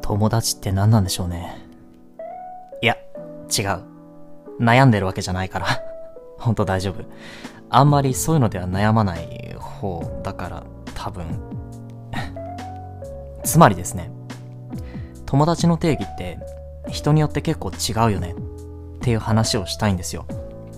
友達って何なんでしょうね。いや、違う。悩んでるわけじゃないから。ほんと大丈夫。あんまりそういうのでは悩まない方だから多分。つまりですね、友達の定義って人によって結構違うよねっていう話をしたいんですよ。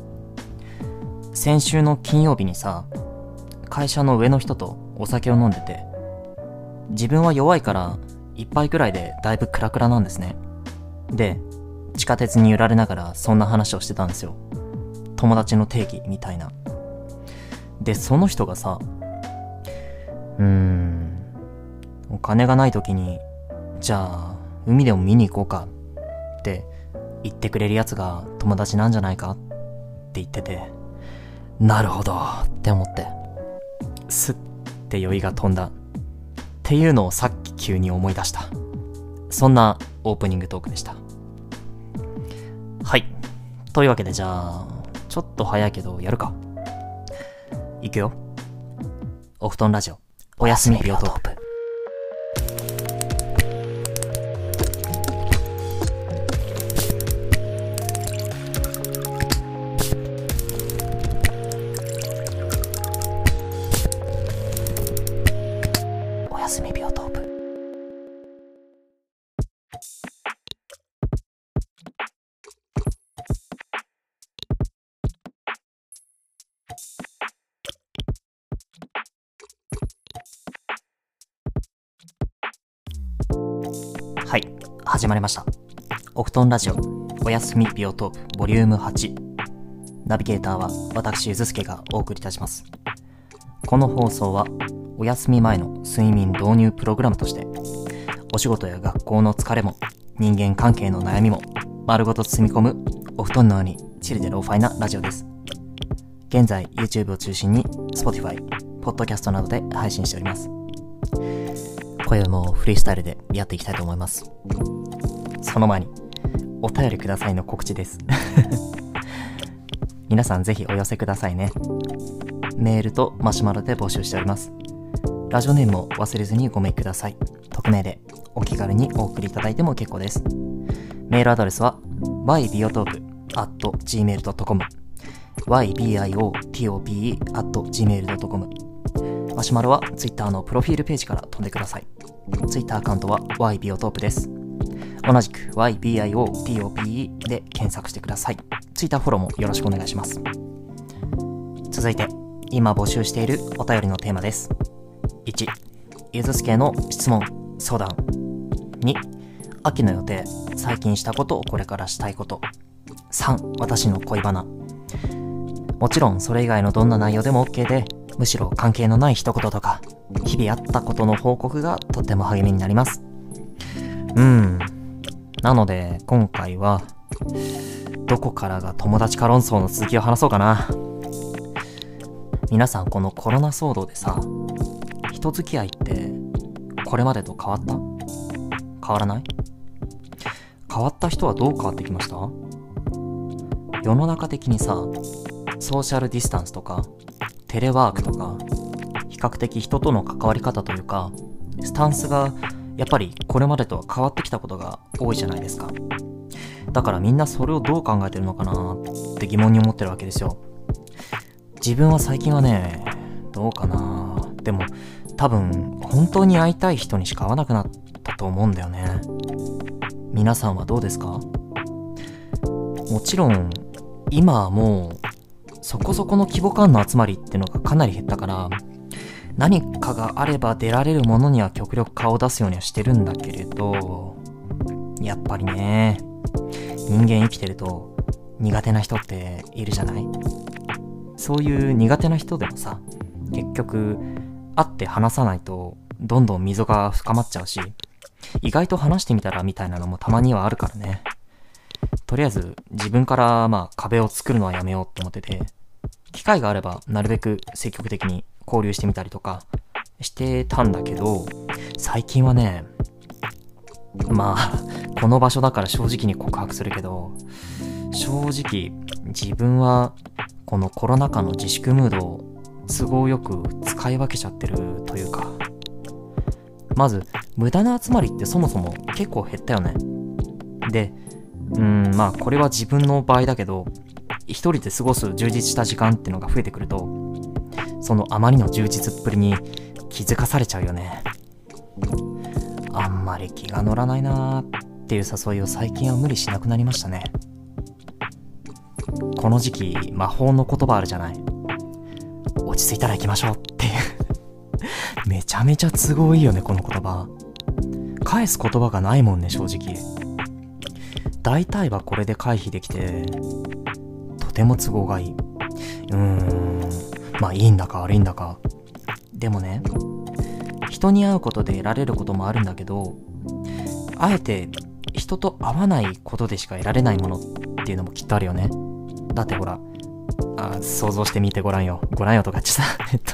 先週の金曜日にさ、会社の上の人とお酒を飲んでて、自分は弱いから一杯くらいでだいぶクラクラなんですね。で、地下鉄に揺られながらそんな話をしてたんですよ。友達の定義みたいな。で、その人がさ、お金がない時に、じゃあ海でも見に行こうかって言ってくれるやつが友達なんじゃないかって言ってて、なるほどって思って、スッて酔いが飛んだっていうのをさっき急に思い出した。そんなオープニングトークでした。はい。というわけで、じゃあちょっと早いけどやるか。いくよ。お布団ラジオおやすみビオトープ。おやすみビオトープ。はい、始まりました。お布団ラジオおやすみビオトープボリューム8。ナビゲーターは私ゆずすけがお送りいたします。この放送はお休み前の睡眠導入プログラムとして、お仕事や学校の疲れも人間関係の悩みも丸ごと包み込むお布団のようにチルでローファイなラジオです。現在 YouTube を中心に Spotify、Podcast などで配信しております。今夜もフリースタイルでやっていきたいと思います。その前にお便りくださいの告知です皆さんぜひお寄せくださいね。メールとマシュマロで募集しております。ラジオネームも忘れずにごメールください。匿名でお気軽にお送りいただいても結構です。メールアドレスは ybiotope@gmail.com ybiotope@gmail.com。 マシュマロは Twitter のプロフィールページから飛んでください。Twitter アカウントは ybiotope です。同じく ybiotope で検索してください。Twitter フォローもよろしくお願いします。続いて今募集しているお便りのテーマです。1、ゆずすけの質問相談。2、秋の予定、最近したことをこれからしたいこと。3、私の恋バナ。もちろんそれ以外のどんな内容でも OK で、むしろ関係のない一言とか日々あったことの報告がとっても励みになります。なので今回はどこからが友達か論争の続きを話そうかな。皆さんこのコロナ騒動でさ、人付き合いってこれまでと変わった？変わらない？変わった人はどう変わってきました？世の中的にさ、ソーシャルディスタンスとかテレワークとか比較的人との関わり方というかスタンスがやっぱりこれまでとは変わってきたことが多いじゃないですか。だからみんなそれをどう考えてるのかなって疑問に思ってるわけですよ。自分は最近はね、どうかな。でも多分本当に会いたい人にしか会わなくなったと思うんだよね。皆さんはどうですか？もちろん今はもうそこそこの規模感の集まりってのがかなり減ったから、何かがあれば出られるものには極力顔を出すようにはしてるんだけれど、やっぱりね、人間生きてると苦手な人っているじゃない？そういう苦手な人でもさ、結局会って話さないとどんどん溝が深まっちゃうし、意外と話してみたらみたいなのもたまにはあるからね。とりあえず自分から壁を作るのはやめようって思ってて、機会があればなるべく積極的に交流してみたりとかしてたんだけど、最近はね、この場所だから正直に告白するけど、正直自分はこのコロナ禍の自粛ムードを都合よく使い分けちゃってるというか、 まず無駄な集まりってそもそも結構減ったよね。で、まあこれは自分の場合だけど、一人で過ごす充実した時間ってのが増えてくると、そのあまりの充実っぷりに気づかされちゃうよね。あんまり気が乗らないなーっていう誘いを最近は無理しなくなりましたね。この時期魔法の言葉あるじゃない。落ち着いたら行きましょうっていうめちゃめちゃ都合いいよね、この言葉。返す言葉がないもんね、正直。大体はこれで回避できて、とても都合がいい。まあいいんだか悪いんだか。でもね、人に会うことで得られることもあるんだけど、あえて人と会わないことでしか得られないものっていうのもきっとあるよね。だってほら、想像してみてごらんよとか言ってさ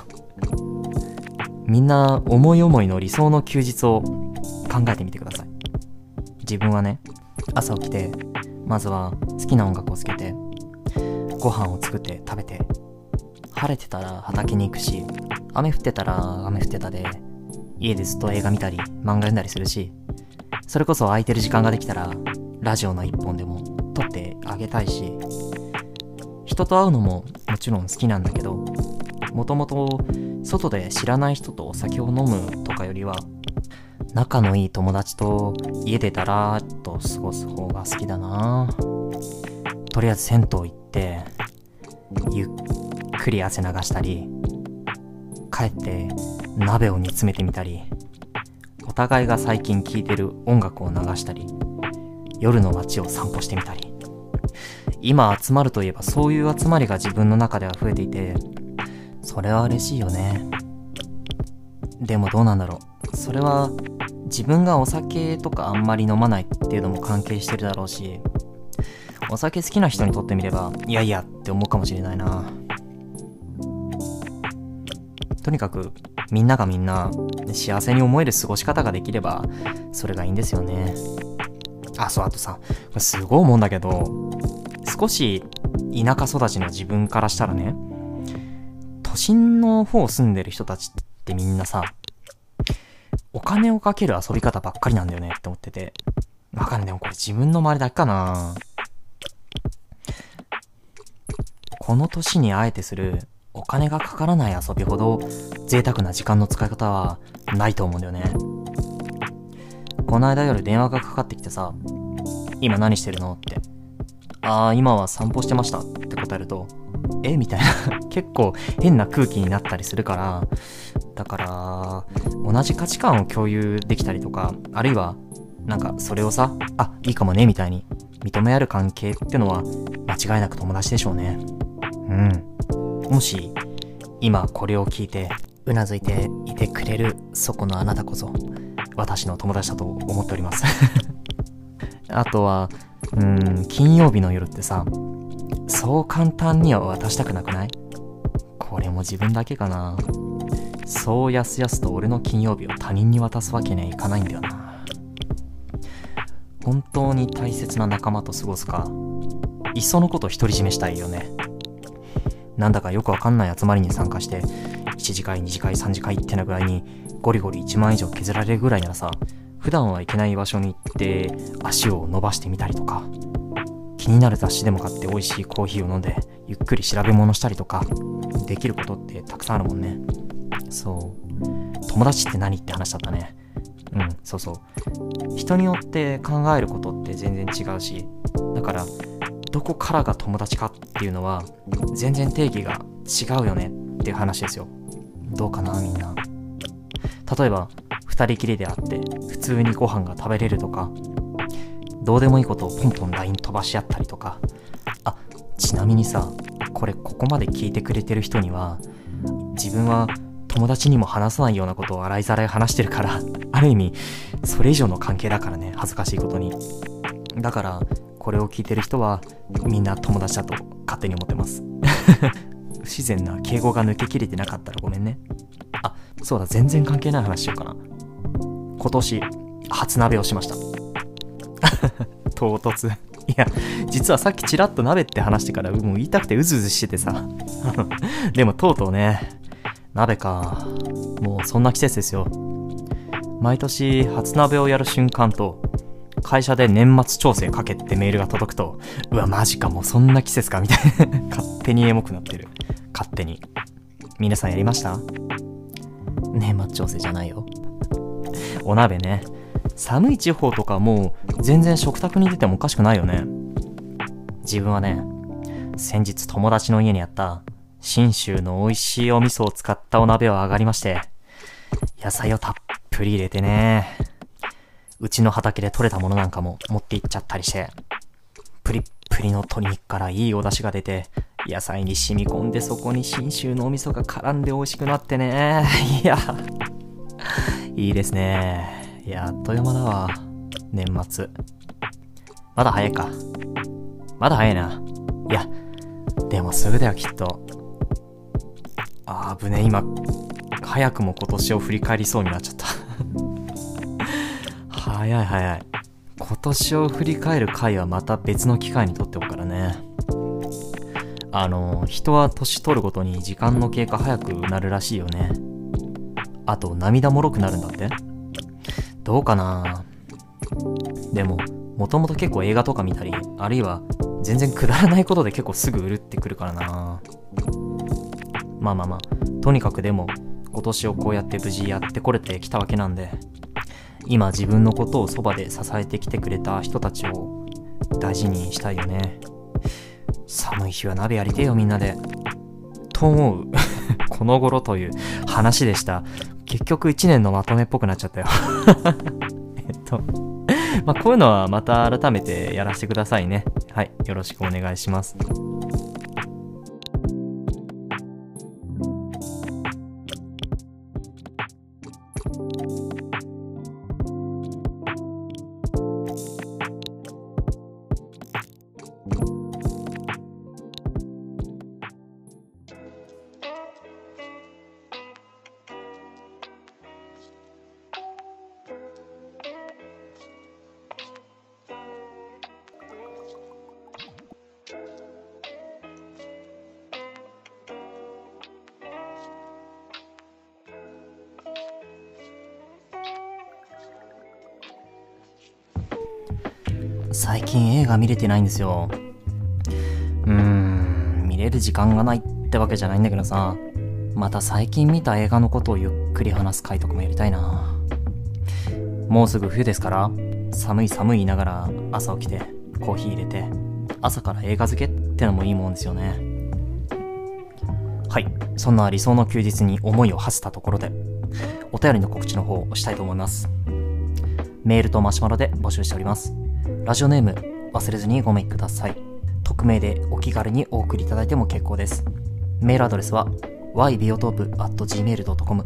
みんな思い思いの理想の休日を考えてみてください。自分はね、朝起きてまずは好きな音楽をつけてご飯を作って食べて、晴れてたら畑に行くし、雨降ってたら雨降ってたで家でずっと映画見たり漫画読んだりするし、それこそ空いてる時間ができたらラジオの一本でも撮ってあげたいし、人と会うのももちろん好きなんだけど、もともと外で知らない人とお酒を飲むとかよりは、仲のいい友達と家でだらーっと過ごす方が好きだな。とりあえず銭湯行ってゆっくり汗流したり、帰って鍋を煮詰めてみたり、お互いが最近聴いてる音楽を流したり、夜の街を散歩してみたり。今集まるといえばそういう集まりが自分の中では増えていて、それは嬉しいよね。でもどうなんだろう、それは自分がお酒とかあんまり飲まないっていうのも関係してるだろうし、お酒好きな人にとってみればいやいやって思うかもしれないな。とにかくみんながみんな幸せに思える過ごし方ができればそれがいいんですよね。あとさ、これすごい思うんだけど、少し田舎育ちの自分からしたらね、都心の方住んでる人たちってみんなさ、お金をかける遊び方ばっかりなんだよねって思ってて。わかんない。でもこれ自分の周りだけかな。この年にあえてするお金がかからない遊びほど贅沢な時間の使い方はないと思うんだよね。この間夜電話がかかってきてさ、今何してるのって。今は散歩してましたって答えると、みたいな結構変な空気になったりするから、だから同じ価値観を共有できたりとか、あるいはなんかそれをさ、いいかもねみたいに認め合える関係ってのは間違いなく友達でしょうね。もし今これを聞いてうなずいていてくれるそこのあなたこそ私の友達だと思っておりますあとは金曜日の夜ってさ、そう簡単には渡したくなくない？これも自分だけかな。そうやすやすと俺の金曜日を他人に渡すわけにはいかないんだよな。本当に大切な仲間と過ごすか、いっそのこと独り占めしたいよね。なんだかよくわかんない集まりに参加して1次会2次会3次会ってなぐらいにゴリゴリ1万以上削られるぐらいならさ、普段は行けない場所に行って足を伸ばしてみたりとか、気になる雑誌でも買って美味しいコーヒーを飲んでゆっくり調べ物したりとか、できることってたくさんあるもんね。そう、友達って何って話だったね。そう、人によって考えることって全然違うし、だからどこからが友達かっていうのは全然定義が違うよねっていう話ですよ。どうかなみんな。例えば二人きりで会って普通にご飯が食べれるとか、どうでもいいことをポンポン LINE 飛ばし合ったりとか。ちなみにさ、ここまで聞いてくれてる人には、自分は友達にも話さないようなことを洗いざらい話してるから、ある意味それ以上の関係だからね、恥ずかしいことに。だからこれを聞いてる人はみんな友達だと勝手に思ってます不自然な敬語が抜けきれてなかったらごめんね。そうだ、全然関係ない話しようかな。今年初鍋をしました唐突。いや、実はさっきちらっと鍋って話してからもう言いたくてうずうずしててさでもとうとうね、鍋か。もうそんな季節ですよ。 毎年初鍋をやる瞬間と、会社で年末調整かけってメールが届くと、うわマジかもうそんな季節かみたいな勝手にエモくなってる。勝手に。皆さんやりました？年末調整じゃないよ。お鍋ね。寒い地方とかもう全然食卓に出てもおかしくないよね。自分はね、先日友達の家にあった信州の美味しいお味噌を使ったお鍋を上がりまして、野菜をたっぷり入れてね、うちの畑で採れたものなんかも持って行っちゃったりして、プリップリの鶏肉からいいお出汁が出て、野菜に染み込んでそこに信州のお味噌が絡んで美味しくなってね。いや、いいですね。いや、あっという間だわ。年末。まだ早いか。まだ早いな。いや、でもすぐだよきっと。ぶね、今、早くも今年を振り返りそうになっちゃった。早い早い。今年を振り返る回はまた別の機会にとっておくからね。人は年取るごとに時間の経過早くなるらしいよね。あと涙もろくなるんだって。どうかな。でももともと結構映画とか見たり、あるいは全然くだらないことで結構すぐうるってくるからな。まあとにかくでも今年をこうやって無事やってこれてきたわけなんで、今自分のことをそばで支えてきてくれた人たちを大事にしたいよね。寒い日は鍋やりてえよみんなでと思うこの頃という話でした。結局1年のまとめっぽくなっちゃったよこういうのはまた改めてやらせてくださいね。はい、よろしくお願いします。最近映画見れてないんですよ。見れる時間がないってわけじゃないんだけどさ、また最近見た映画のことをゆっくり話す回とかもやりたいな。もうすぐ冬ですから、寒い言いながら朝起きてコーヒー入れて朝から映画漬けってのもいいもんですよね。はい、そんな理想の休日に思いを馳せたところでお便りの告知の方をしたいと思います。メールとマシュマロで募集しております。ラジオネーム忘れずにごめんください。匿名でお気軽にお送りいただいても結構です。メールアドレスは ybiotope@gmail.com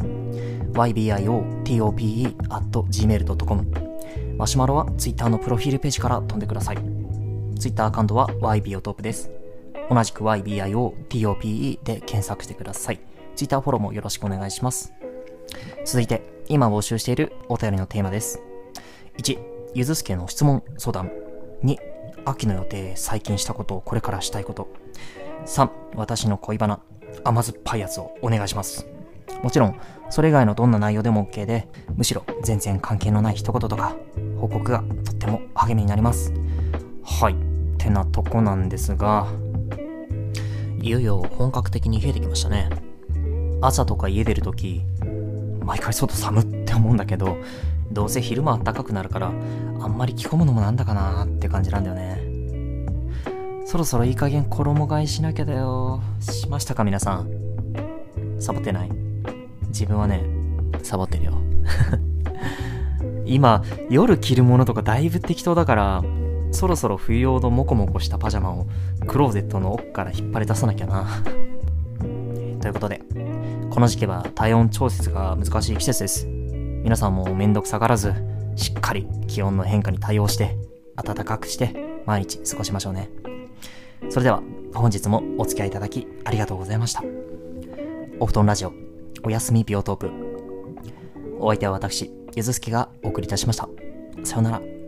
ybiotope@gmail.com。 マシュマロはツイッターのプロフィールページから飛んでください。ツイッターアカウントは ybiotope です。同じく ybiotope で検索してください。ツイッターフォローもよろしくお願いします。続いて今募集しているお便りのテーマです。1、ゆずすけの質問相談。2、秋の予定、最近したこと、これからしたいこと。3、私の恋バナ、甘酸っぱいやつをお願いします。もちろんそれ以外のどんな内容でも OK で、むしろ全然関係のない一言とか報告がとっても励みになります。はい、てなとこなんですが、いよいよ本格的に冷えてきましたね。朝とか家出るとき毎回外寒って思うんだけど、どうせ昼間暖かくなるからあんまり着込むのもなんだかなって感じなんだよね。そろそろいい加減衣替えしなきゃだよ。しましたか皆さん。サボってない？自分はねサボってるよ今夜着るものとかだいぶ適当だから、そろそろ冬用のモコモコしたパジャマをクローゼットの奥から引っ張り出さなきゃなということで、この時期は体温調節が難しい季節です。皆さんもめんどくさがらず、しっかり気温の変化に対応して暖かくして毎日過ごしましょうね。それでは本日もお付き合いいただきありがとうございました。お布団ラジオ、おやすみビオトープ。お相手は私ゆずすけがお送りいたしました。さようなら。